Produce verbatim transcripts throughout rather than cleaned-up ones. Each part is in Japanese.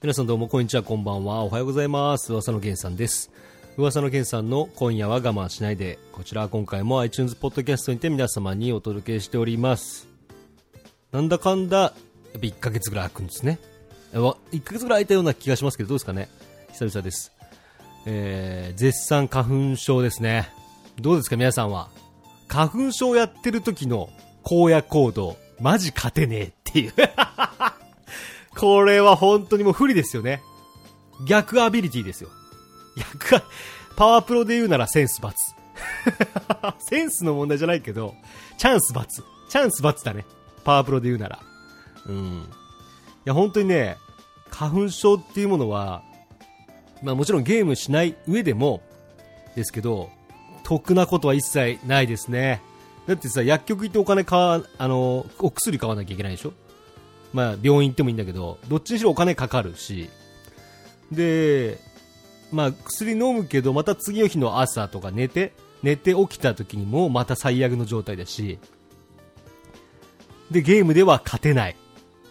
皆さんどうもこんにちは、こんばんは、おはようございます。噂の源さんです。噂の源さんの今夜は我慢しないで、こちらは今回も iTunes ポッドキャストにて皆様にお届けしております。なんだかんだやっぱいっかげつぐらい空くんですね。いっかげつぐらい空いたような気がしますけど、どうですかね。久々です。えー、絶賛花粉症ですね。どうですか皆さんは。花粉症やってる時の荒野行動マジ勝てねえっていうこれは本当にもう不利ですよね。逆アビリティですよ。逆パワープロで言うならセンス×センスの問題じゃないけどチャンス×チャンス×だね。パワープロで言うなら。うん。いや本当にね、花粉症っていうものはまあもちろんゲームしない上でもですけど、得なことは一切ないですね。だってさ、薬局行ってお金買わ、あのお薬買わなきゃいけないでしょ。まあ病院行ってもいいんだけど、どっちにしろお金かかるし、でまあ薬飲むけどまた次の日の朝とか寝て寝て起きた時にもまた最悪の状態だし、でゲームでは勝てない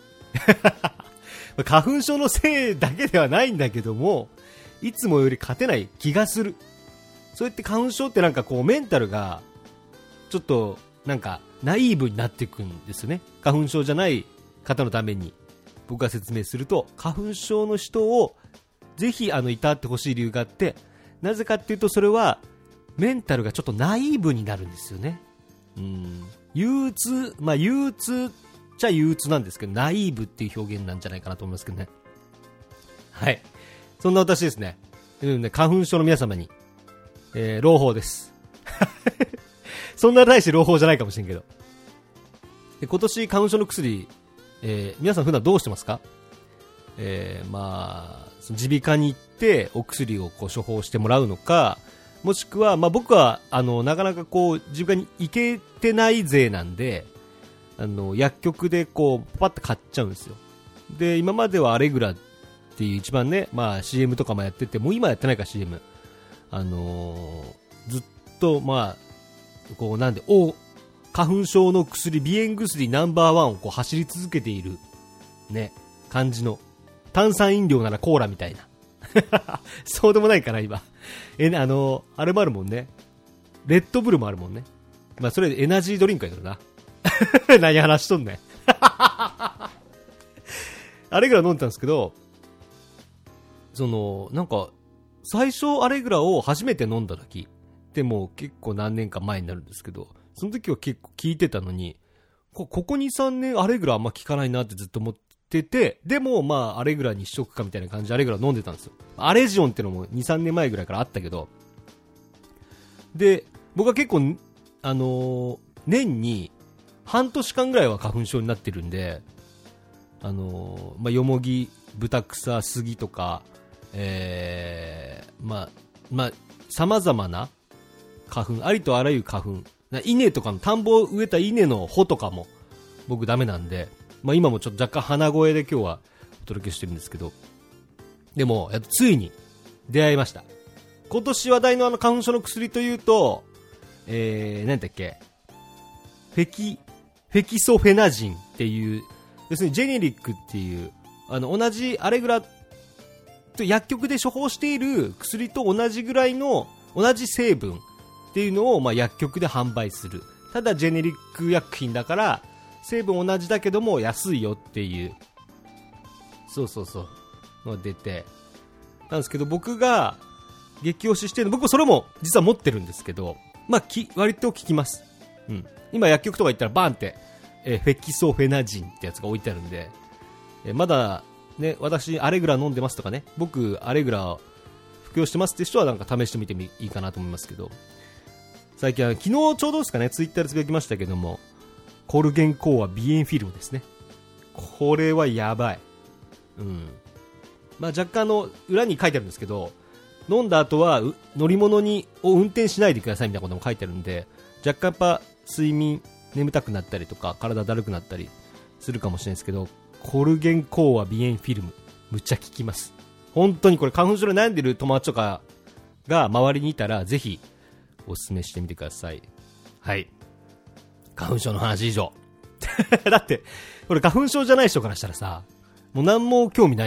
花粉症のせいだけではないんだけども、いつもより勝てない気がする。そうやって花粉症ってなんかこうメンタルがちょっとなんかナイーブになっていくんですよね。花粉症じゃない方のために僕が説明すると、花粉症の人をぜひあのいたってほしい理由があって、なぜかっていうとそれはメンタルがちょっとナイーブになるんですよね。うん、憂鬱、まあ憂鬱っちゃ憂鬱なんですけど、ナイーブっていう表現なんじゃないかなと思いますけどね。はい、そんな私ですね。花粉症の皆様に、えー、朗報ですそんな大して朗報じゃないかもしれんけど、で今年花粉症の薬、えー、皆さん普段どうしてますか。えー、まあ耳鼻科に行ってお薬をこう処方してもらうのか、もしくは、まあ、僕はあのなかなかこう耳鼻科に行けてない勢なんで、あの薬局でこうパッと買っちゃうんですよ。で今まではアレグラっていう一番ね、まあ、シーエム とかもやってて、もう今やってないか シーエム、あのー、ずっとまあこうなんでお花粉症の薬、鼻炎薬ナンバーワンをこう走り続けているね感じの、炭酸飲料ならコーラみたいなそうでもないかな今。えあのあれもあるもんね、レッドブルもあるもんね。まあそれエナジードリンクやけどな何話しとんねんあれぐらい飲んでたんですけど、そのなんか最初アレグラを初めて飲んだ時でも結構何年か前になるんですけど、その時は結構効いてたのに、ここ に,さん 年アレグラあんま効かないなってずっと思ってて、でもまあアレグラにしとくかみたいな感じでアレグラ飲んでたんですよ。アレジオンってのも に,さん 年前ぐらいからあったけど、で僕は結構あのー、年に半年間ぐらいは花粉症になってるんで、あのー、まあよもぎ、豚草、杉とか、えー、まあまあ様々な花粉、ありとあらゆる花粉、稲とかの田んぼを植えた稲の穂とかも僕ダメなんで、まあ、今もちょっと若干鼻声で今日はお届けしてるんですけど、でもやっとついに出会いました。今年話題のあの花粉症の薬というと、えー、何だっけ、フェキフェキソフェナジンっていう、要するにジェネリックっていうあの同じアレグラと薬局で処方している薬と同じぐらいの同じ成分っていうのをまあ薬局で販売する。ただジェネリック薬品だから成分同じだけども安いよっていう、そうそうそうの出てなんですけど、僕が激推ししてるの、僕それも実は持ってるんですけど、まあき割と効きます。うん。今薬局とか行ったらバーンって、えー、フェキソフェナジンってやつが置いてあるんで、えー、まだね私アレグラ飲んでますとかね、僕アレグラ服用してますって人はなんか試してみてもいいかなと思いますけど、最近は昨日ちょうどですかね、ツイッターでつぶやきましたけども、コルゲンコーア鼻炎フィルムですね。これはやばい。うん。まあ若干の裏に書いてあるんですけど、飲んだ後は乗り物にを運転しないでくださいみたいなことも書いてあるんで、若干やっぱ睡眠眠たくなったりとか体だるくなったりするかもしれないですけど、コルゲンコーア鼻炎フィルムむっちゃ効きます。本当にこれ花粉症で悩んでる友達とかが周りにいたらぜひおすすめしてみてください。はい、花粉症の話以上だってこれ花粉症じゃない人からしたらさ、もう何も興味ない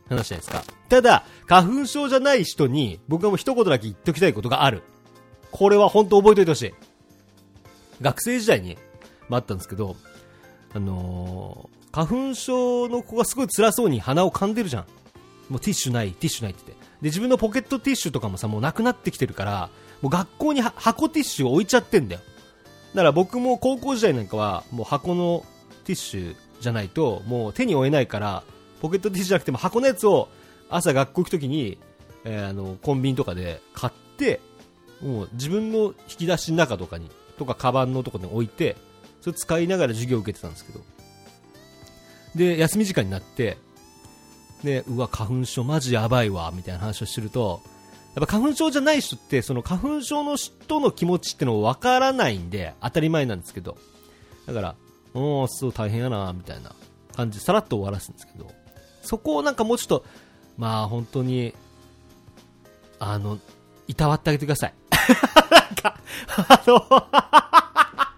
話じゃないですか。ただ、花粉症じゃない人に、僕はもう一言だけ言っておきたいことがある。これは本当覚えておいてほしい。学生時代に、まあ、あったんですけど、あのー、花粉症の子がすごい辛そうに鼻を噛んでるじゃん。もうティッシュない、ティッシュないって言って。で、自分のポケットティッシュとかもさ、もうなくなってきてるから、もう学校に箱ティッシュを置いちゃってんだよ。だから僕も高校時代なんかは、もう箱のティッシュじゃないと、もう手に負えないから、ポケットティッシュじゃなくても箱のやつを朝学校行くときに、えー、あの、コンビニとかで買って、もう自分の引き出しの中とかに、とかカバンのところに置いて、それ使いながら授業を受けてたんですけど。で、休み時間になって、で、うわ、花粉症マジやばいわ、みたいな話をしてると、やっぱ花粉症じゃない人って、その花粉症の人の気持ちってのを分からないんで、当たり前なんですけど。だから、おー、そう大変やな、みたいな感じでさらっと終わらすんですけど、そこをなんかもうちょっと、まあ本当に、あの、いたわってあげてください。なんか、あの、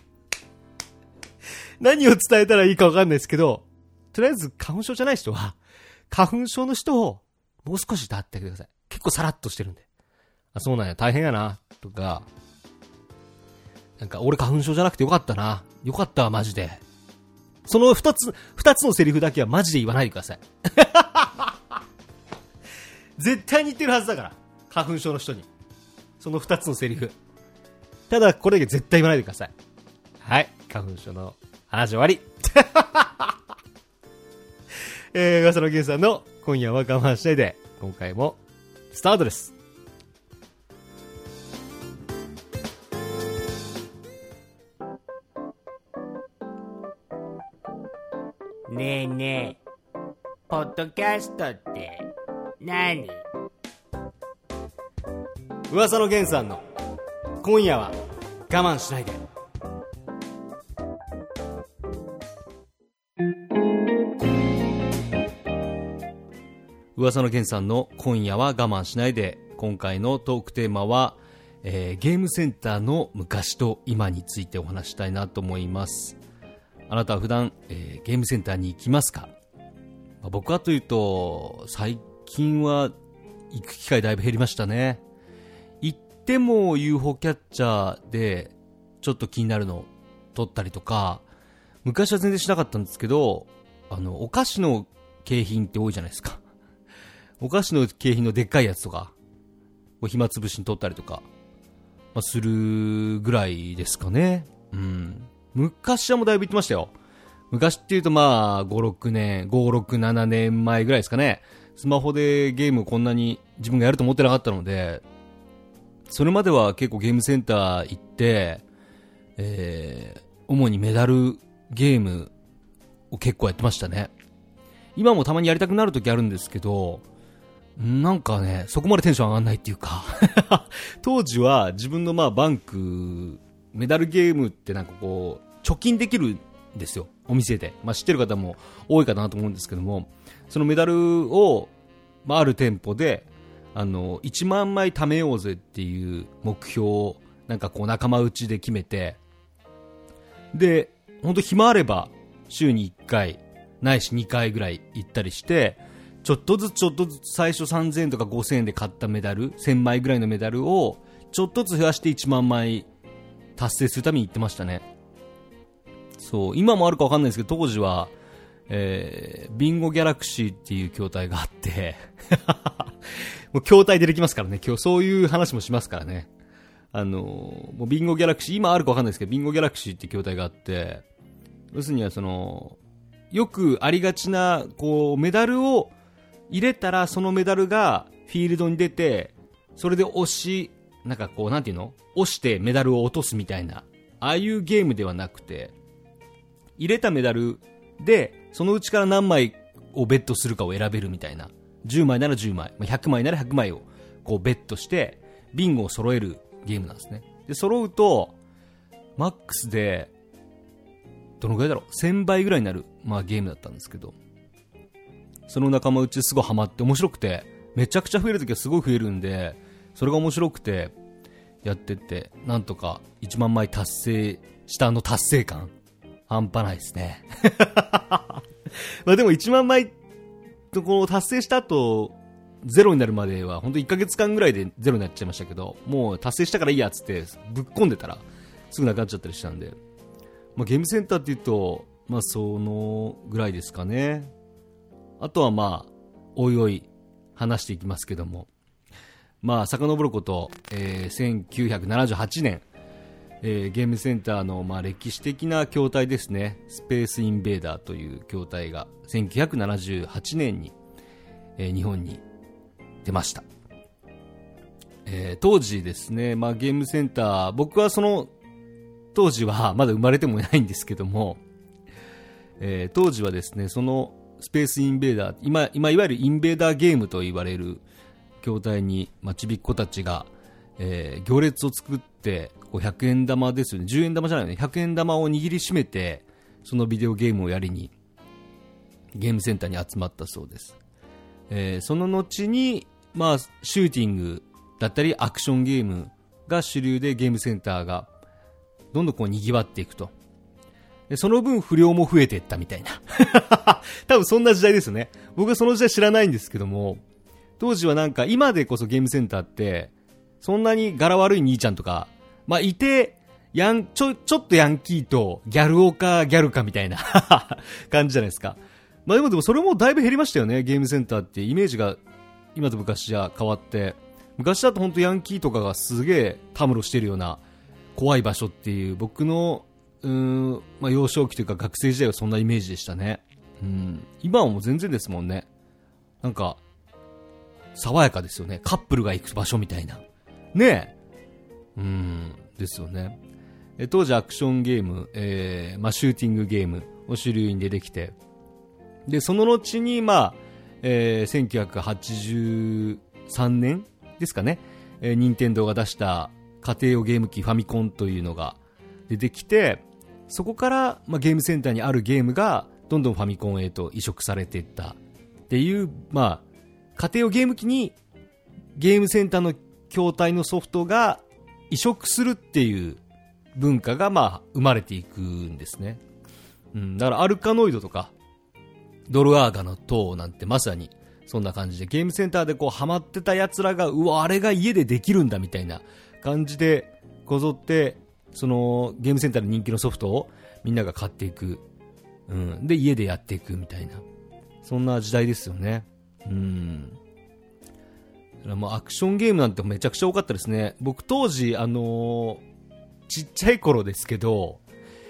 何を伝えたらいいか分かんないですけど、とりあえず花粉症じゃない人は、花粉症の人をもう少しいたわってあげてください。結構さらっとしてるんで。あ、そうなんや、大変やな、とか、なんか俺花粉症じゃなくてよかったな、よかったわ、マジで。その二つ、二つのセリフだけはマジで言わないでください。絶対に言ってるはずだから。花粉症の人に。その二つのセリフ。ただ、これだけ絶対言わないでください。はい。花粉症の話終わり。えー、噂の源さんの今夜は我慢しないで、今回もスタートです。 ねえねえ、ポッドキャストって何？ 噂の源さんの今夜は我慢しないで。噂の源さんの今夜は我慢しないで。今回のトークテーマは、えー、ゲームセンターの昔と今についてお話したいなと思います。あなたは普段、えー、ゲームセンターに行きますか？まあ、僕はというと最近は行く機会だいぶ減りましたね。行っても ユーフォー キャッチャーでちょっと気になるの撮ったりとか、昔は全然しなかったんですけど、あのお菓子の景品って多いじゃないですか。お菓子の景品のでっかいやつとかを暇つぶしに撮ったりとか、まあ、するぐらいですかね。うん。昔はもうだいぶ行ってましたよ。昔っていうとまあご、ろくねん、ご、ろく、ななねんまえぐらいですかね。スマホでゲームをこんなに自分がやると思ってなかったので、それまでは結構ゲームセンター行って、えー、主にメダルゲームを結構やってましたね。今もたまにやりたくなる時あるんですけど、なんかね、そこまでテンション上がんないっていうか当時は自分のまあバンク、メダルゲームってなんかこう、貯金できるんですよ、お店で。まあ知ってる方も多いかなと思うんですけども、そのメダルを、まあある店舗で、あの、いちまんまい貯めようぜっていう目標を、なんかこう仲間内で決めて、で、ほんと暇あれば、週にいっかい、ないしにかいぐらい行ったりして、ちょっとずつちょっとずつ最初さんぜんえんとかごせんえんで買ったメダル、せんまいぐらいのメダルを、ちょっとずつ増やしていちまんまい達成するために行ってましたね。そう、今もあるかわかんないですけど、当時は、えー、ビンゴギャラクシーっていう筐体があって、もう筐体出てきますからね、今日そういう話もしますからね。あのー、もうビンゴギャラクシー、今あるかわかんないですけど、ビンゴギャラクシーっていう筐体があって、要するにはその、よくありがちな、こう、メダルを入れたら、そのメダルがフィールドに出て、それで押し、なんかこう、なんていうの？押してメダルを落とすみたいな、ああいうゲームではなくて、入れたメダルで、そのうちから何枚をベットするかを選べるみたいな。じゅうまいならじゅうまい、ひゃくまいならひゃくまいをこうベットして、ビンゴを揃えるゲームなんですね。で、揃うと、マックスで、どのぐらいだろうせんばいぐらいになる、まあ、ゲームだったんですけど、その仲間内ですごいハマって面白くて、めちゃくちゃ増えるときはすごい増えるんで、それが面白くてやってって、なんとかいちまんまい達成したあの達成感半端ないですねまあでもいちまんまいこう達成した後、ゼロになるまでは、本当いっかげつかんぐらいでゼロになっちゃいましたけど、もう達成したからいいやっつって、ぶっ込んでたら、すぐなくなっちゃったりしたんで、まあ、ゲームセンターっていうと、まあ、そのぐらいですかね。あとはまあ、おいおい話していきますけども、まあ、遡ること、えー、せんきゅうひゃくななじゅうはちねん、えー、ゲームセンターのまあ歴史的な筐体ですね、スペースインベーダーという筐体がせんきゅうひゃくななじゅうはちねんに、えー、日本に出ました。えー、当時ですね、まあ、ゲームセンター、僕はその当時はまだ生まれてもいないんですけども、えー、当時はですね、そのスペースインベーダー、今、今いわゆるインベーダーゲームと言われる筐体に、まあ、ちびっ子たちが、えー、行列を作って、こうひゃくえん玉ですよね、じゅうえん玉じゃないね、ひゃくえん玉を握りしめて、そのビデオゲームをやりに、ゲームセンターに集まったそうです。えー、その後に、まあ、シューティングだったり、アクションゲームが主流で、ゲームセンターが、どんどんこう賑わっていくと。でその分不良も増えていったみたいな。多分そんな時代ですよね。僕はその時代知らないんですけども、当時はなんか今でこそゲームセンターって、そんなに柄悪い兄ちゃんとか、まあいて、ヤン、ちょ、ちょっとヤンキーとギャルオかギャルかみたいな感じじゃないですか。まあでもでもそれもだいぶ減りましたよね、ゲームセンターってイメージが今と昔じゃ変わって、昔だと本当ヤンキーとかがすげえたむろしてるような怖い場所っていう僕のうーん、まあ、幼少期というか学生時代はそんなイメージでしたね。うん、今はもう全然ですもんね。なんか爽やかですよね。カップルが行く場所みたいなねえ、うーんですよね。え当時アクションゲーム、えーまあ、シューティングゲームを主流に出てきて、でその後に、まあえー、せんきゅうひゃくはちじゅうさんねんですかね、えー、任天堂が出した家庭用ゲーム機ファミコンというのが出てきて、そこから、まあ、ゲームセンターにあるゲームがどんどんファミコンへと移植されていったっていう、まあ、家庭用ゲーム機にゲームセンターの筐体のソフトが移植するっていう文化が、まあ、生まれていくんですね。うん、だからアルカノイドとかドルアーガの塔なんてまさにそんな感じで、ゲームセンターでこうハマってた奴らが、うわあれが家でできるんだみたいな感じでこぞってそのゲームセンターの人気のソフトをみんなが買っていく、うん、で家でやっていくみたいな、そんな時代ですよね。うん、もうアクションゲームなんてめちゃくちゃ多かったですね。僕当時あのー、ちっちゃい頃ですけど、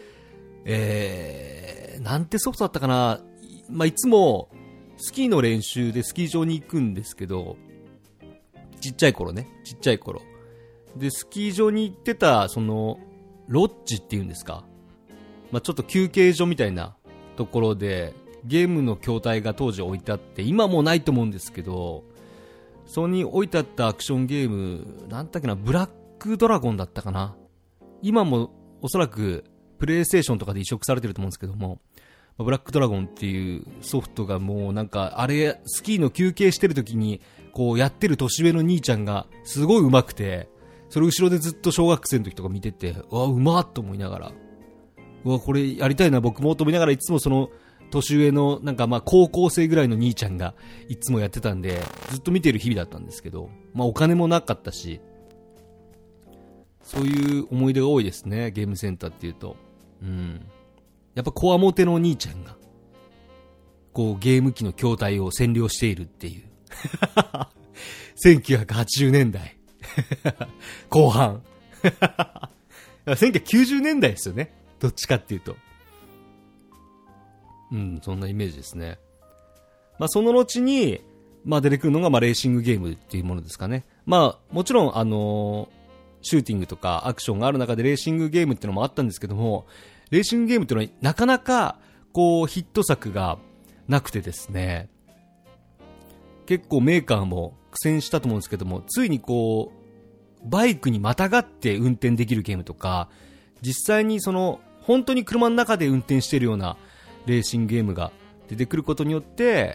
えー、なんてソフトだったかな、まあ、いつもスキーの練習でスキー場に行くんですけど、ちっちゃい頃ね、ちっちゃい頃でスキー場に行ってたそのロッジっていうんですか、まあ、ちょっと休憩所みたいなところでゲームの筐体が当時置いてあって、今もうないと思うんですけど、そこに置いてあったアクションゲームなんだっけな、ブラックドラゴンだったかな。今もおそらくプレイステーションとかで移植されてると思うんですけども、ブラックドラゴンっていうソフトがもうなんかあれスキーの休憩してる時にこうやってる年上の兄ちゃんがすごい上手くて、それ後ろでずっと小学生の時とか見てて、うわうまっと思いながら、うわこれやりたいな僕もと思いながら、いつもその年上のなんかまあ高校生ぐらいの兄ちゃんがいつもやってたんで、ずっと見てる日々だったんですけど、まあお金もなかったし、そういう思い出が多いですね、ゲームセンターっていうと。うん、やっぱコアモテのお兄ちゃんがこうゲーム機の筐体を占領しているっていうせんきゅうひゃくはちじゅうねんだい後半せんきゅうひゃくきゅうじゅうねんだいですよね、どっちかっていうと。うん、そんなイメージですね。まあその後にまあ出てくるのがまあレーシングゲームっていうものですかね。まあもちろんあのー、シューティングとかアクションがある中でレーシングゲームっていうのもあったんですけども、レーシングゲームっていうのはなかなかこうヒット作がなくてですね、結構メーカーも苦戦したと思うんですけども、ついにこうバイクにまたがって運転できるゲームとか、実際にその本当に車の中で運転しているようなレーシングゲームが出てくることによって、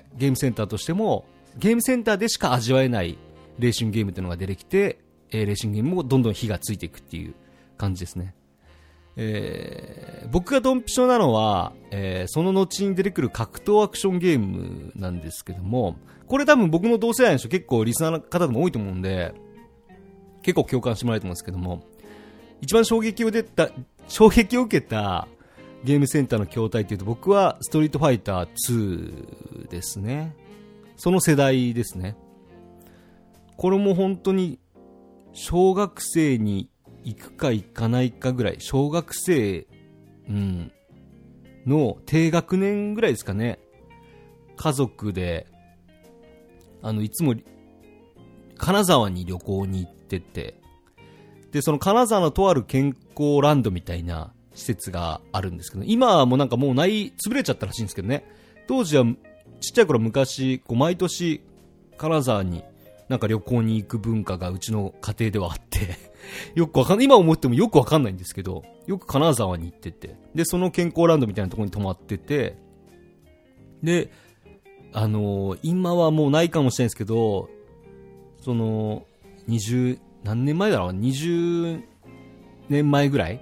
ゲームセンターとしてもゲームセンターでしか味わえないレーシングゲームっていうのが出てきて、レーシングゲームもどんどん火がついていくっていう感じですね。えー、僕がドンピシャなのは、えー、その後に出てくる格闘アクションゲームなんですけども、これ多分僕の同世代の人結構リスナーの方でも多いと思うんで、結構共感してもらえると思うんですけども、一番衝撃を出た、衝撃を受けたゲームセンターの筐体っていうと、僕はストリートファイターツーですね。その世代ですね。これも本当に小学生に行くか行かないかぐらい、小学生、うん、の低学年ぐらいですかね。家族で、あの、いつも、金沢に旅行に行ってて、で、その金沢のとある健康ランドみたいな施設があるんですけど、今はもうなんかもうない、潰れちゃったらしいんですけどね。当時は、ちっちゃい頃昔、こう毎年、金沢になんか旅行に行く文化がうちの家庭ではあって、よくわかんない、今思ってもよくわかんないんですけど、よく金沢に行ってて、で、その健康ランドみたいなところに泊まってて、で、あのー、今はもうないかもしれないですけど、その、二十、何年前だろう、にじゅうねんまえぐらい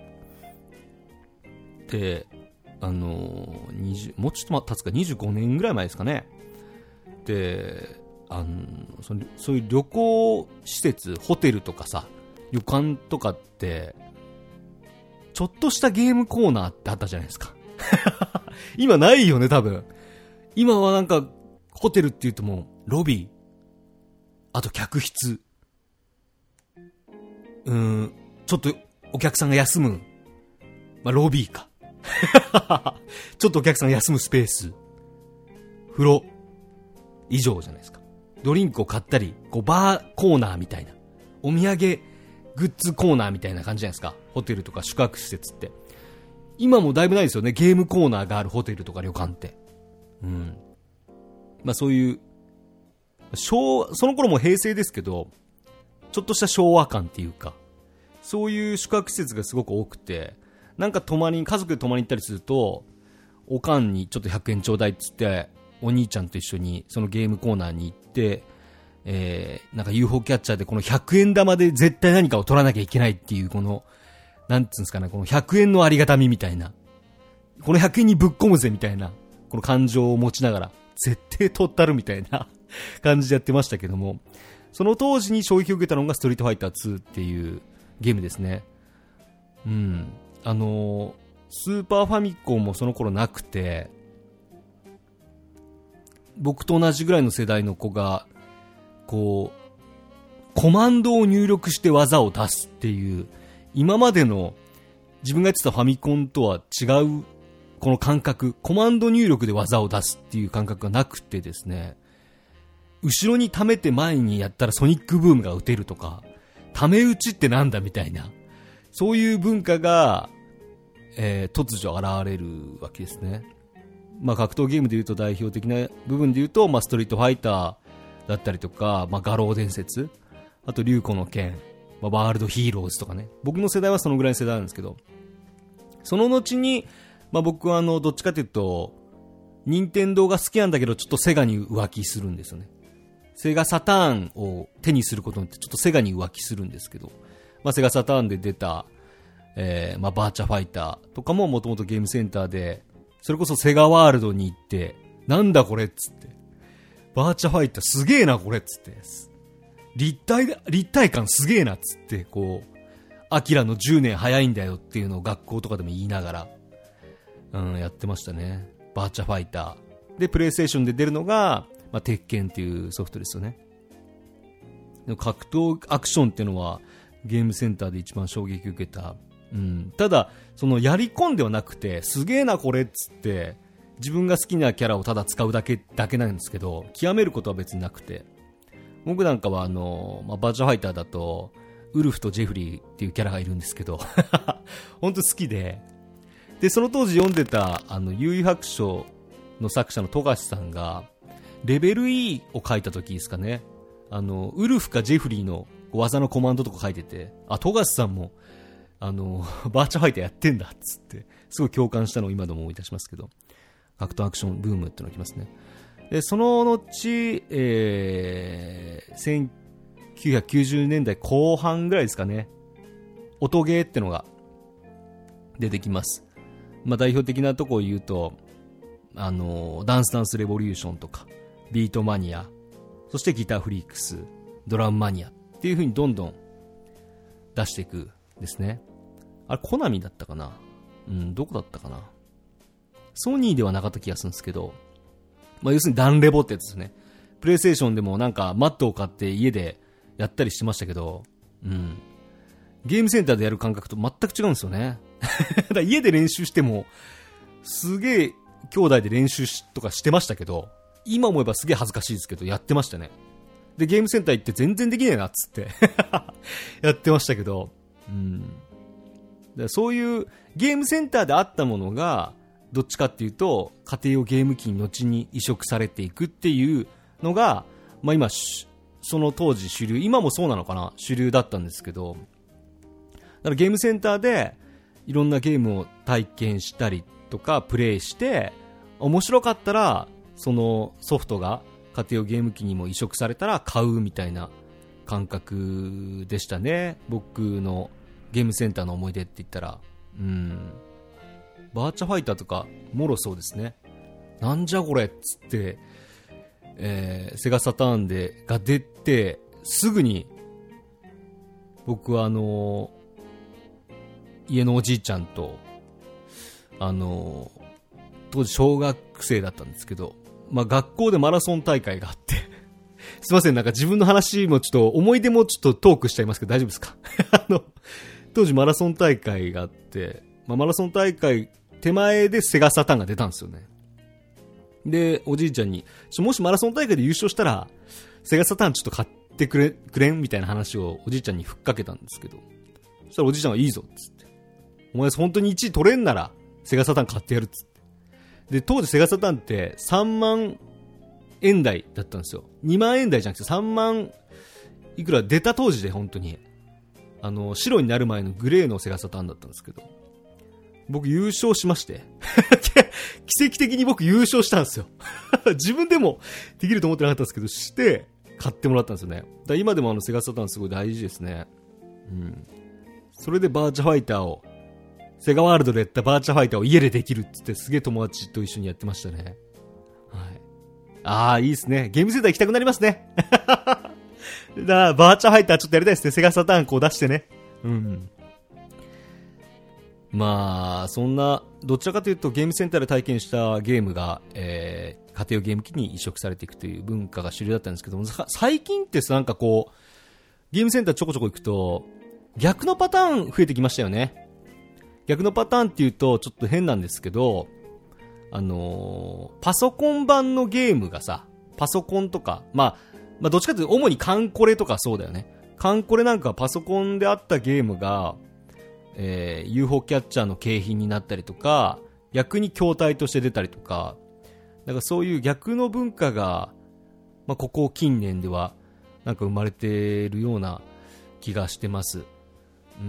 で、あのー、にじゅう、もうちょっと経つかにじゅうごねんぐらい前ですかね。で、あのそのそういう旅行施設、ホテルとかさ、旅館とかって、ちょっとしたゲームコーナーってあったじゃないですか。今ないよね、多分。今はなんか、ホテルって言うともう、ロビー、あと客室、うーん、ちょっとお客さんが休む、まあ、ロビーか。ちょっとお客さんが休むスペース、風呂、以上じゃないですか。ドリンクを買ったり、こうバーコーナーみたいな、お土産グッズコーナーみたいな感じじゃないですか。ホテルとか宿泊施設って。今もだいぶないですよね。ゲームコーナーがあるホテルとか旅館って。うん。まあそういう、昭、その頃も平成ですけど、ちょっとした昭和感っていうか、そういう宿泊施設がすごく多くて、なんか泊まりに、家族で泊まりに行ったりすると、おかんにちょっとひゃくえんちょうだいっつって、お兄ちゃんと一緒にそのゲームコーナーに行って、えー、なんか ユーフォー キャッチャーでこのひゃくえん玉で絶対何かを取らなきゃいけないっていうこの、なんつうんですかね、このひゃくえんのありがたみみたいな、このひゃくえんにぶっ込むぜみたいな、この感情を持ちながら、絶対取ったるみたいな感じでやってましたけども、その当時に衝撃を受けたのがストリートファイターツーっていうゲームですね。うん。あのー、スーパーファミコンもその頃なくて、僕と同じぐらいの世代の子が、こう、コマンドを入力して技を出すっていう、今までの自分がやってたファミコンとは違う、この感覚、コマンド入力で技を出すっていう感覚がなくてですね、後ろに溜めて前にやったらソニックブームが打てるとか、溜め打ちってなんだみたいな、そういう文化が、えー、突如現れるわけですね。まあ格闘ゲームでいうと代表的な部分でいうと、まあストリートファイターだったりとか、まあ画廊伝説、あと竜子の剣、まあワールドヒーローズとかね。僕の世代はそのぐらいの世代なんですけど、その後に、まあ僕はあの、どっちかというと、任天堂が好きなんだけど、ちょっとセガに浮気するんですよね。セガサターンを手にすることによって、ちょっとセガに浮気するんですけど、まあセガサターンで出た、えー、まあバーチャファイターとかももともとゲームセンターで、それこそセガワールドに行って、なんだこれっつって。バーチャファイターすげえなこれっつって。立体、立体感すげえなっつって、こう、アキラのじゅうねん早いんだよっていうのを学校とかでも言いながら、うん、やってましたね。バーチャファイター。で、プレイステーションで出るのが、まあ、鉄拳っていうソフトですよね。でも格闘アクションっていうのは、ゲームセンターで一番衝撃を受けた。うん、ただそのやり込んではなくて、すげえなこれっつって自分が好きなキャラをただ使うだけだけなんですけど、極めることは別になくて、僕なんかはあの、まあ、バーチャファイターだとウルフとジェフリーっていうキャラがいるんですけど本当好きで、でその当時読んでたあの幽遊白書の作者の富樫さんがレベル E を書いた時ですかね、あのウルフかジェフリーの技のコマンドとか書いてて、あ、富樫さんもあのバーチャファイターやってんだっつってすごい共感したのを今でも思い出しますけど、格闘アクションブームってのが来ますね。でその後、えー、せんきゅうひゃくきゅうじゅうねんだいこう半ぐらいですかね、音ゲーってのが出てきます。 まあ代表的なとこを言うと、あの、ダンスダンスレボリューションとか、ビートマニア、そしてギターフリークス、ドラムマニアっていう風にどんどん出していくですね。あれ、コナミだったかな？うん、どこだったかな？ソニーではなかった気がするんですけど、まあ要するにダンレボってやつですね。プレイステーションでもなんかマットを買って家でやったりしてましたけど、うん。ゲームセンターでやる感覚と全く違うんですよね。だから家で練習しても、すげえ兄弟で練習しとかしてましたけど、今思えばすげえ恥ずかしいですけど、やってましたね。で、ゲームセンター行って全然できねえなっつって、やってましたけど、うん。だからそういうゲームセンターであったものが、どっちかっていうと、家庭用ゲーム機に後に移植されていくっていうのが、まあ今、その当時主流、今もそうなのかな、主流だったんですけど、だからゲームセンターでいろんなゲームを体験したりとかプレイして面白かったらそのソフトが家庭用ゲーム機にも移植されたら買うみたいな感覚でしたね。僕のゲームセンターの思い出って言ったら、うん、バーチャファイターとかもろそうですね。なんじゃこれっつって、えー、セガサターンでが出てすぐに僕はあのー家のおじいちゃんと、あのー、当時小学生だったんですけど、まあ、学校でマラソン大会があって、すいません、なんか自分の話もちょっと、思い出もちょっとトークしちゃいますけど大丈夫ですか？あの、当時マラソン大会があって、まあ、マラソン大会手前でセガサターンが出たんですよね。で、おじいちゃんに、もしマラソン大会で優勝したら、セガサターンちょっと買ってくれ、くれんみたいな話をおじいちゃんにふっかけたんですけど、そしたらおじいちゃんがいいぞっつって。お前本当にいちい取れんならセガサターン買ってやるっつって。で、当時セガサターンってさんまんえん台だったんですよ。にまんえん台じゃなくてさんまんいくら出た当時で本当に。あの、白になる前のグレーのセガサターンだったんですけど。僕優勝しまして。奇跡的に僕優勝したんですよ。自分でもできると思ってなかったんですけど、して買ってもらったんですよね。だから今でもあのセガサターンすごい大事ですね。うん。それでバーチャファイターをセガワールドでやったバーチャファイターを家でできるって言ってすげえ友達と一緒にやってましたね。はい。ああ、いいですね。ゲームセンター行きたくなりますね。だからバーチャファイターちょっとやりたいですね。セガサターンこう出してね。うん。まあ、そんな、どちらかというとゲームセンターで体験したゲームが、えー、家庭用ゲーム機に移植されていくという文化が主流だったんですけども、最近ってなんかこう、ゲームセンターちょこちょこ行くと、逆のパターン増えてきましたよね。逆のパターンっていうとちょっと変なんですけど、あのー、パソコン版のゲームがさ、パソコンとか、まあ、まあどっちかというと主にカンコレとかそうだよね。カンコレなんかはパソコンであったゲームが、えー、ユーフォー キャッチャーの景品になったりとか、逆に筐体として出たりとか、だからそういう逆の文化が、まあここ近年ではなんか生まれているような気がしてます。うん。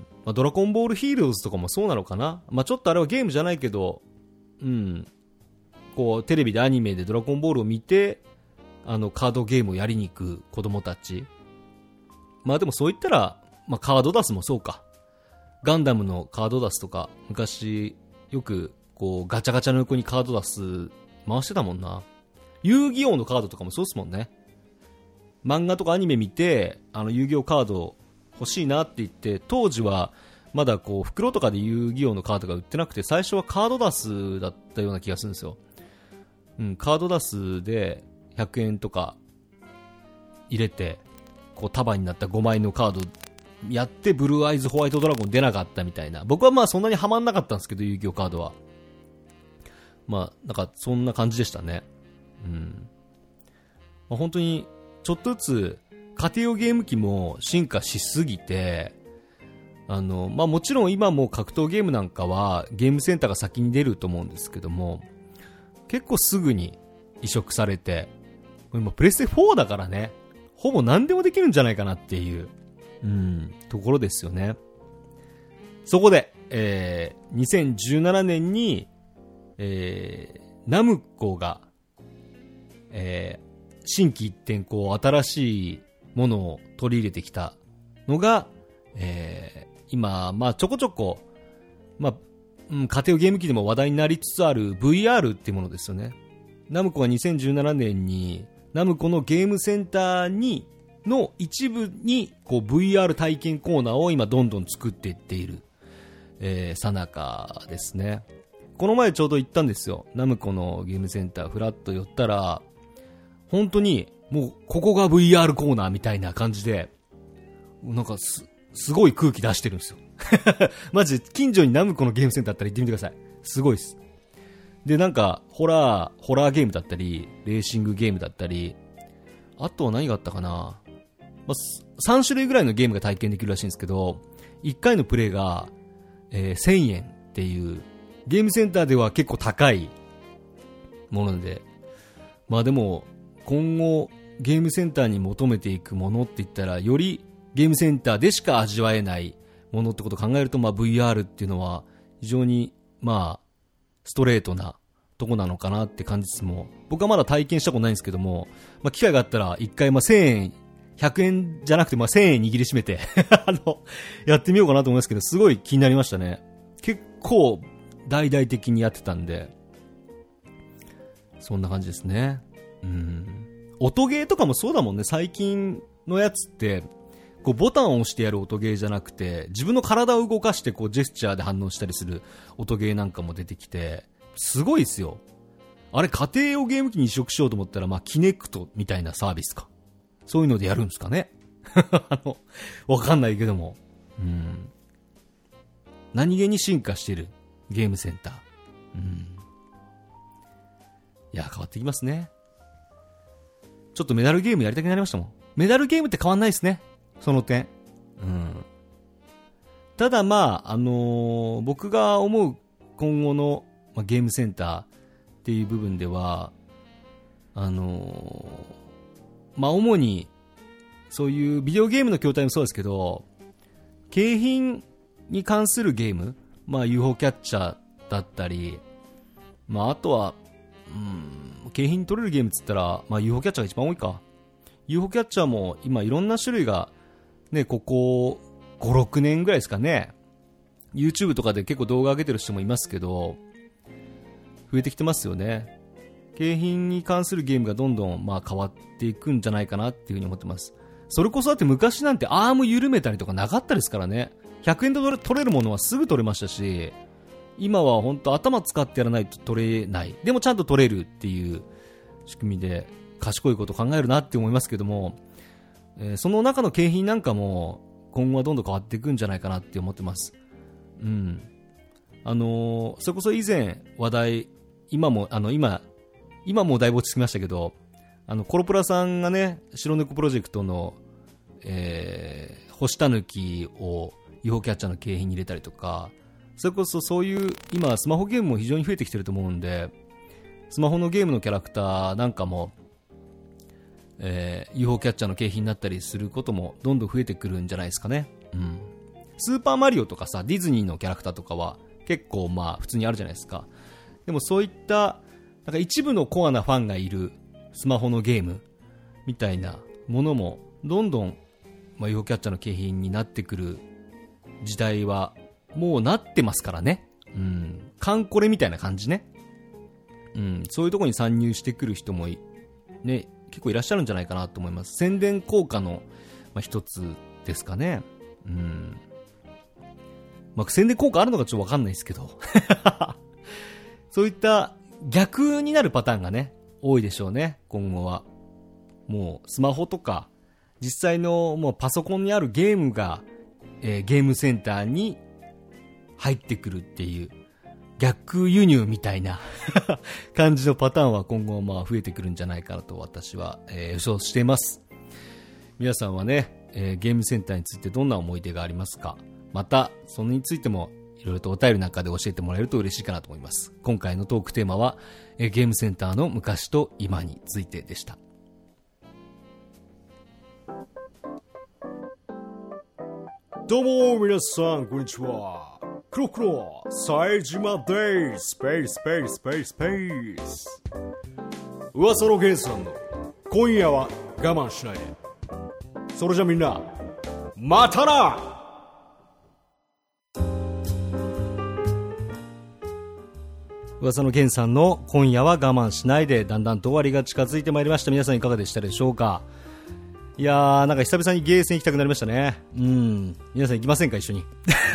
まあ、ドラゴンボールヒーローズとかもそうなのかな。まあ、ちょっとあれはゲームじゃないけど、うん。こう、テレビでアニメでドラゴンボールを見て、あの、カードゲームをやりに行く子供たち。まあでもそう言ったら、まあカードダスもそうか。ガンダムのカードダスとか、昔、よく、こう、ガチャガチャの横にカードダス回してたもんな。遊戯王のカードとかもそうっすもんね。漫画とかアニメ見て、あの、遊戯王カード、欲しいなって言って当時はまだこう袋とかで遊戯王のカードが売ってなくて最初はカードダスだったような気がするんですよ。うん、カードダスでひゃくえんとか入れてこう束になったごまいのカードやってブルーアイズホワイトドラゴン出なかったみたいな。僕はまあそんなにハマんなかったんですけど遊戯王カードはまあなんかそんな感じでしたね。うん、まあ、本当にちょっとずつ家庭用ゲーム機も進化しすぎて、あの、まあ、もちろん今も格闘ゲームなんかはゲームセンターが先に出ると思うんですけども、結構すぐに移植されて、今プレステフォーだからね、ほぼ何でもできるんじゃないかなっていう、うん、ところですよね。そこで、えー、にせんじゅうななねんに、えー、ナムコが、えー、新規一点こう新しいものを取り入れてきたのが、えー、今、まあちょこちょこ、まあうん、家庭用ゲーム機でも話題になりつつある ブイアール っていうものですよね。ナムコはにせんじゅうななねんにナムコのゲームセンターにの一部にこう ブイアール 体験コーナーを今どんどん作っていっている、えー、さなかですね。この前ちょうど行ったんですよ。ナムコのゲームセンターフラッと寄ったら、本当にもうここが ブイアール コーナーみたいな感じで、なんかすすごい空気出してるんですよ。マジで近所にナムコのゲームセンターあったら行ってみてください。すごいです。で、なんかホラーホラーゲームだったりレーシングゲームだったり、あとは何があったかな、まあ、さん種類ぐらいのゲームが体験できるらしいんですけど、いっかいのプレイが、えー、せんえんっていうゲームセンターでは結構高いもので、まあでも今後ゲームセンターに求めていくものって言ったら、よりゲームセンターでしか味わえないものってことを考えると、まあ ブイアール っていうのは非常にまあストレートなとこなのかなって感じつつも、僕はまだ体験したことないんですけども、まあ機会があったら一回まあせんえん、ひゃくえんじゃなくてまあせんえん握りしめてあのやってみようかなと思いますけど、すごい気になりましたね。結構大々的にやってたんで、そんな感じですね。うん。音ゲーとかもそうだもんね。最近のやつってこうボタンを押してやる音ゲーじゃなくて、自分の体を動かしてこうジェスチャーで反応したりする音ゲーなんかも出てきて、すごいですよ。あれ家庭用ゲーム機に移植しようと思ったら、まあキネクトみたいなサービスか、そういうのでやるんですかね。あのわかんないけども、うん、何気に進化してるゲームセンター、うん、いや変わってきますね。ちょっとメダルゲームやりたくなりましたもん。メダルゲームって変わんないですね、その点。うん。ただまあ、あのー、僕が思う今後の、まあ、ゲームセンターっていう部分では、あのー、まあ主にそういうビデオゲームの筐体もそうですけど、景品に関するゲーム、まあ ユーフォー キャッチャーだったり、まああとは、うん、景品取れるゲームっつったら、まあ ユーフォー キャッチャーが一番多いか。ユーフォー キャッチャーも今いろんな種類がね、ここご、ろくねんぐらいですかね。YouTube とかで結構動画上げてる人もいますけど、増えてきてますよね。景品に関するゲームがどんどんまあ変わっていくんじゃないかなっていう風に思ってます。それこそだって昔なんてアーム緩めたりとかなかったですからね。ひゃくえんで取れるものはすぐ取れましたし、今は本当頭使ってやらないと取れない。でもちゃんと取れるっていう仕組みで賢いことを考えるなって思いますけども、えー、その中の景品なんかも今後はどんどん変わっていくんじゃないかなって思ってます。うん。あのー、それこそ以前話題、今も、あの、今、今もだいぶ落ち着きましたけど、あの、コロプラさんがね、白猫プロジェクトの、えー、星たぬきを ユーフォー キャッチャーの景品に入れたりとか、それこそそういう、今スマホゲームも非常に増えてきてると思うんで、スマホのゲームのキャラクターなんかも、えー、ユーフォー キャッチャーの景品になったりすることもどんどん増えてくるんじゃないですかね。うん。スーパーマリオとかさ、ディズニーのキャラクターとかは結構まあ普通にあるじゃないですか。でもそういったなんか一部のコアなファンがいるスマホのゲームみたいなものもどんどん、まあ、ユーフォー キャッチャーの景品になってくる時代はもうなってますからね。うん。カンコレみたいな感じね。うん。そういうところに参入してくる人もね、結構いらっしゃるんじゃないかなと思います。宣伝効果の、まあ、一つですかね。うん。まあ、宣伝効果あるのかちょっとわかんないですけど。そういった逆になるパターンがね、多いでしょうね、今後は。もうスマホとか、実際のもうパソコンにあるゲームが、えー、ゲームセンターに入ってくるっていう、逆輸入みたいな感じのパターンは今後まあ増えてくるんじゃないかなと私は、えー、予想しています。皆さんはね、えー、ゲームセンターについてどんな思い出がありますか？また、それについてもいろいろとお便りなんかで教えてもらえると嬉しいかなと思います。今回のトークテーマは、えー、ゲームセンターの昔と今についてでした。 どうも皆さんこんにちは。クロクロ冴島です。スペーススペーススペーススペース。噂のゲンさんの今夜は我慢しないで。それじゃみんなまたな。 噂の源さんの今夜は我慢しないで、だんだんと終わりが近づいてまいりました。皆さんいかがでしたでしょうか。いやー、なんか久々にゲーセン行きたくなりましたね。うん、皆さん行きませんか、一緒に。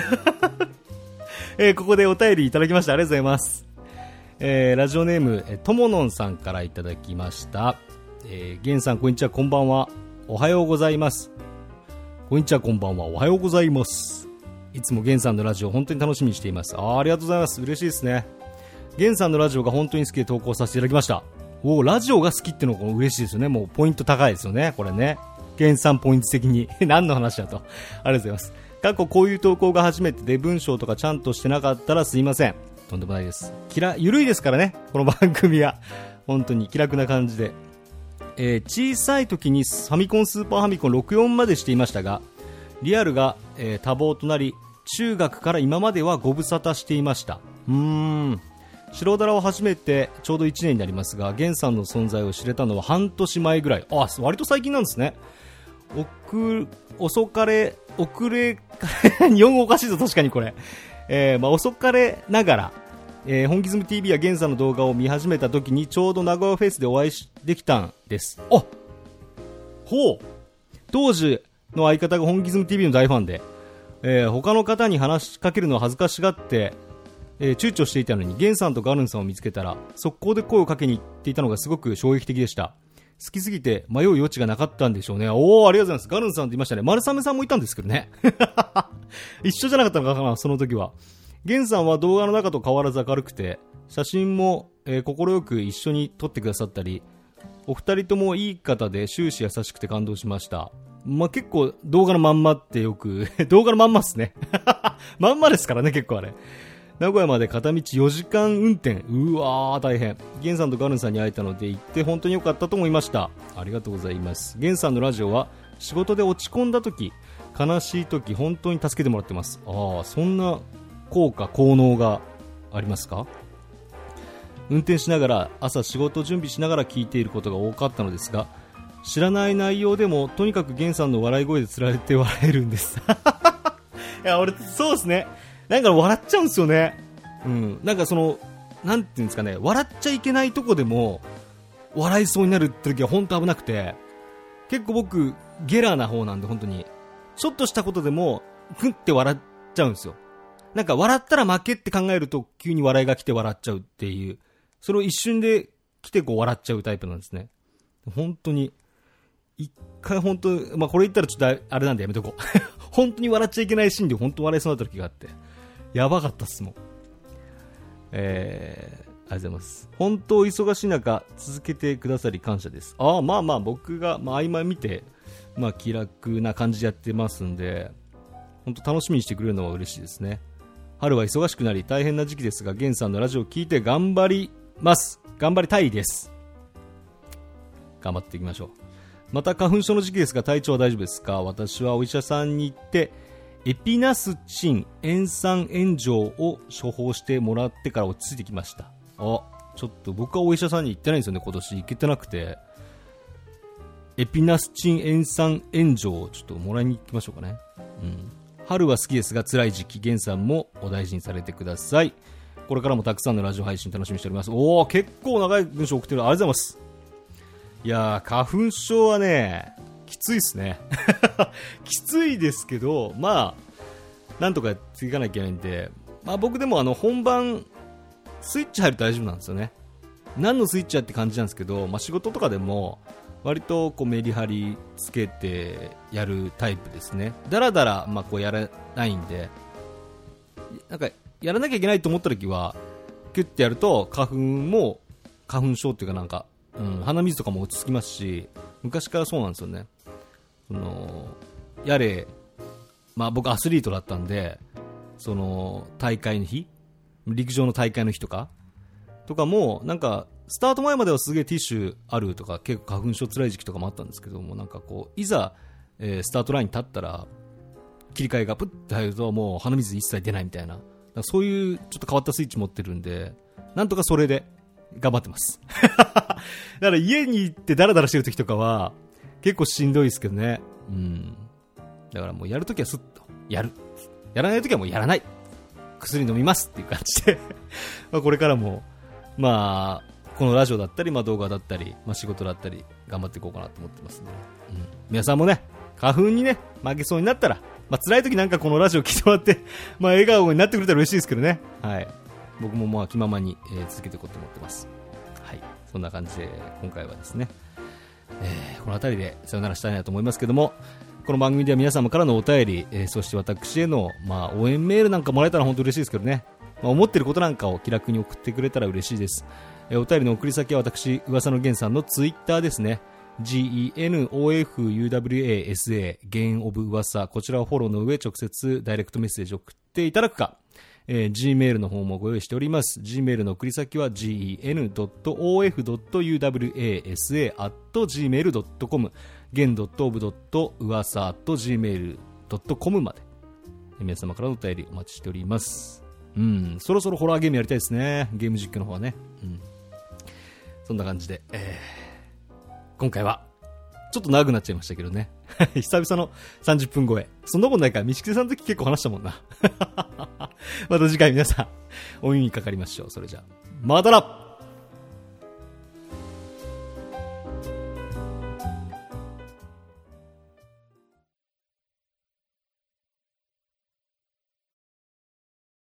えー、ここでお便りいただきました。ありがとうございます。えー、ラジオネーム、えとものんさんからいただきました。えー、源さんこんにちは、こんばんは、おはようございます。こんにちは、こんばんは、おはようございます。いつも源さんのラジオ本当に楽しみにしています。あー、ありがとうございます。嬉しいですね。源さんのラジオが本当に好きで投稿させていただきました。おー、ラジオが好きってのが嬉しいですよね。もうポイント高いですよね、これね。源さんポイント的に何の話だと。ありがとうございます。過去こういう投稿が初めてで文章とかちゃんとしてなかったらすいません。とんでもないです。きらゆるいですからね、この番組は。本当に気楽な感じで。えー、小さい時にファミコンスーパーファミコンろくじゅうよんまでしていましたが、リアルが、えー、多忙となり、中学から今まではご無沙汰していました。うーん。白だらを始めてちょうどいちねんになりますが、源さんの存在を知れたのは半年前ぐらい。あ、割と最近なんですね。おく遅かれ遅れ日本語おかしいぞ、確かにこれ。えーまあ、遅かれながら、えー、本気ズム ティーブイ や源さんの動画を見始めた時にちょうど名古屋フェスでお会いできたんです。あ、ほう。当時の相方が本気ズム ティーブイ の大ファンで、えー、他の方に話しかけるのを恥ずかしがってえー、躊躇していたのにゲンさんとガルンさんを見つけたら速攻で声をかけに行っていたのがすごく衝撃的でした。好きすぎて迷う余地がなかったんでしょうね。おー、ありがとうございます。ガルンさんって言いましたね。丸雨さんもいたんですけどね。一緒じゃなかったのかな、その時は。ゲンさんは動画の中と変わらず明るくて、写真も、えー、心よく一緒に撮ってくださったり、お二人ともいい方で終始優しくて感動しました。まあ、結構動画のまんまってよく動画のまんまっすね。まんまですからね、結構あれ。名古屋まで片道よじかん運転。うわー、大変。ゲンさんとガルンさんに会えたので行って本当に良かったと思いました。ありがとうございます。ゲンさんのラジオは仕事で落ち込んだ時、悲しい時本当に助けてもらってます。ああ、そんな効果効能がありますか。運転しながら朝仕事準備しながら聞いていることが多かったのですが、知らない内容でもとにかくゲンさんの笑い声でつられて笑えるんです。いや、俺そうですね、なんか笑っちゃうんですよね。うん。なんかその、なんていうんですかね、笑っちゃいけないとこでも、笑いそうになるって時は本当危なくて、結構僕、ゲラーな方なんで本当に、ちょっとしたことでも、ふんって笑っちゃうんですよ。なんか笑ったら負けって考えると、急に笑いが来て笑っちゃうっていう、それを一瞬で来てこう笑っちゃうタイプなんですね。本当に、一回本当、まあこれ言ったらちょっとあれなんでやめとこう。本当に笑っちゃいけないシーンで本当笑いそうになった時があって、やばかったっすもん。えー、ありがとうございます。本当忙しい中続けてくださり感謝です。ああ、まあまあ僕が、まあ、合間見て、まあ、気楽な感じでやってますんで、本当楽しみにしてくれるのは嬉しいですね。春は忙しくなり大変な時期ですが、ゲンさんのラジオを聞いて頑張ります。頑張りたいです。頑張っていきましょう。また花粉症の時期ですが体調は大丈夫ですか。私はお医者さんに行ってエピナスチン塩酸塩錠を処方してもらってから落ち着いてきました。あ、ちょっと僕はお医者さんに行ってないんですよね、今年行けてなくて。エピナスチン塩酸塩錠をちょっともらいに行きましょうかね。うん、春は好きですが辛い時期、ゲンさんもお大事にされてください。これからもたくさんのラジオ配信楽しみにしております。おー、結構長い文章送ってる。ありがとうございます。いやー、花粉症はねきついっすね。きついですけど、まあなんとかやっていかなきゃいけないんで、まあ僕でもあの本番スイッチ入ると大丈夫なんですよね。何のスイッチやって感じなんですけど、まあ仕事とかでも割とこうメリハリつけてやるタイプですね。だらだらまあこうやらないんで、なんかやらなきゃいけないと思った時はキュッてやると花粉も花粉症っていうかなんか、うん、鼻水とかも落ち着きますし、昔からそうなんですよね。そのやれ、まあ僕アスリートだったんで、その大会の日、陸上の大会の日とかとかもなんかスタート前まではすげえティッシュあるとか結構花粉症つらい時期とかもあったんですけども、なんかこういざ、えー、スタートラインに立ったら切り替えがプッて入るともう鼻水一切出ないみたいな、そういうちょっと変わったスイッチ持ってるんで、なんとかそれで頑張ってますだから家に行ってダラダラしてる時とかは結構しんどいですけどね。うん。だからもうやるときはスッとやる、やらないときはもうやらない、薬飲みますっていう感じでまあこれからもまあこのラジオだったり、まあ、動画だったり、まあ、仕事だったり頑張っていこうかなと思ってますので、うん、皆さんもね花粉にね負けそうになったら、まあ、辛い時なんかこのラジオ聞いてもらって、まあ、笑顔になってくれたら嬉しいですけどね、はい、僕もまあ気ままに、えー、続けていこうと思ってます。はい、そんな感じで今回はですね、えー、この辺りでさよならしたいなと思いますけども、この番組では皆様からのお便り、えー、そして私への、まあ、応援メールなんかもらえたら本当嬉しいですけどね、まあ、思ってることなんかを気楽に送ってくれたら嬉しいです。えー、お便りの送り先は私噂の源さんのツイッターですね。 ジーイーエヌオーエフユーダブリューエーエスエー ゲンオブ噂、こちらをフォローの上直接ダイレクトメッセージを送っていただくか、えー、Gmail の方もご用意しております。 Gmail の送り先は ジーイーエヌドットオーエフドットユーダブリューエーエスエー アットジーメールドットコム ゲンドットオブドットウワサ アットジーメールドットコム まで皆様からのお便りお待ちしております。うん、そろそろホラーゲームやりたいですね、ゲーム実況の方はね、うん、そんな感じで、えー、今回はちょっと長くなっちゃいましたけどね久々のさんじゅっぷん超え、そんなことないから道木さんの時結構話したもんなまた次回皆さんお耳にかかりましょう。それじゃあまたな。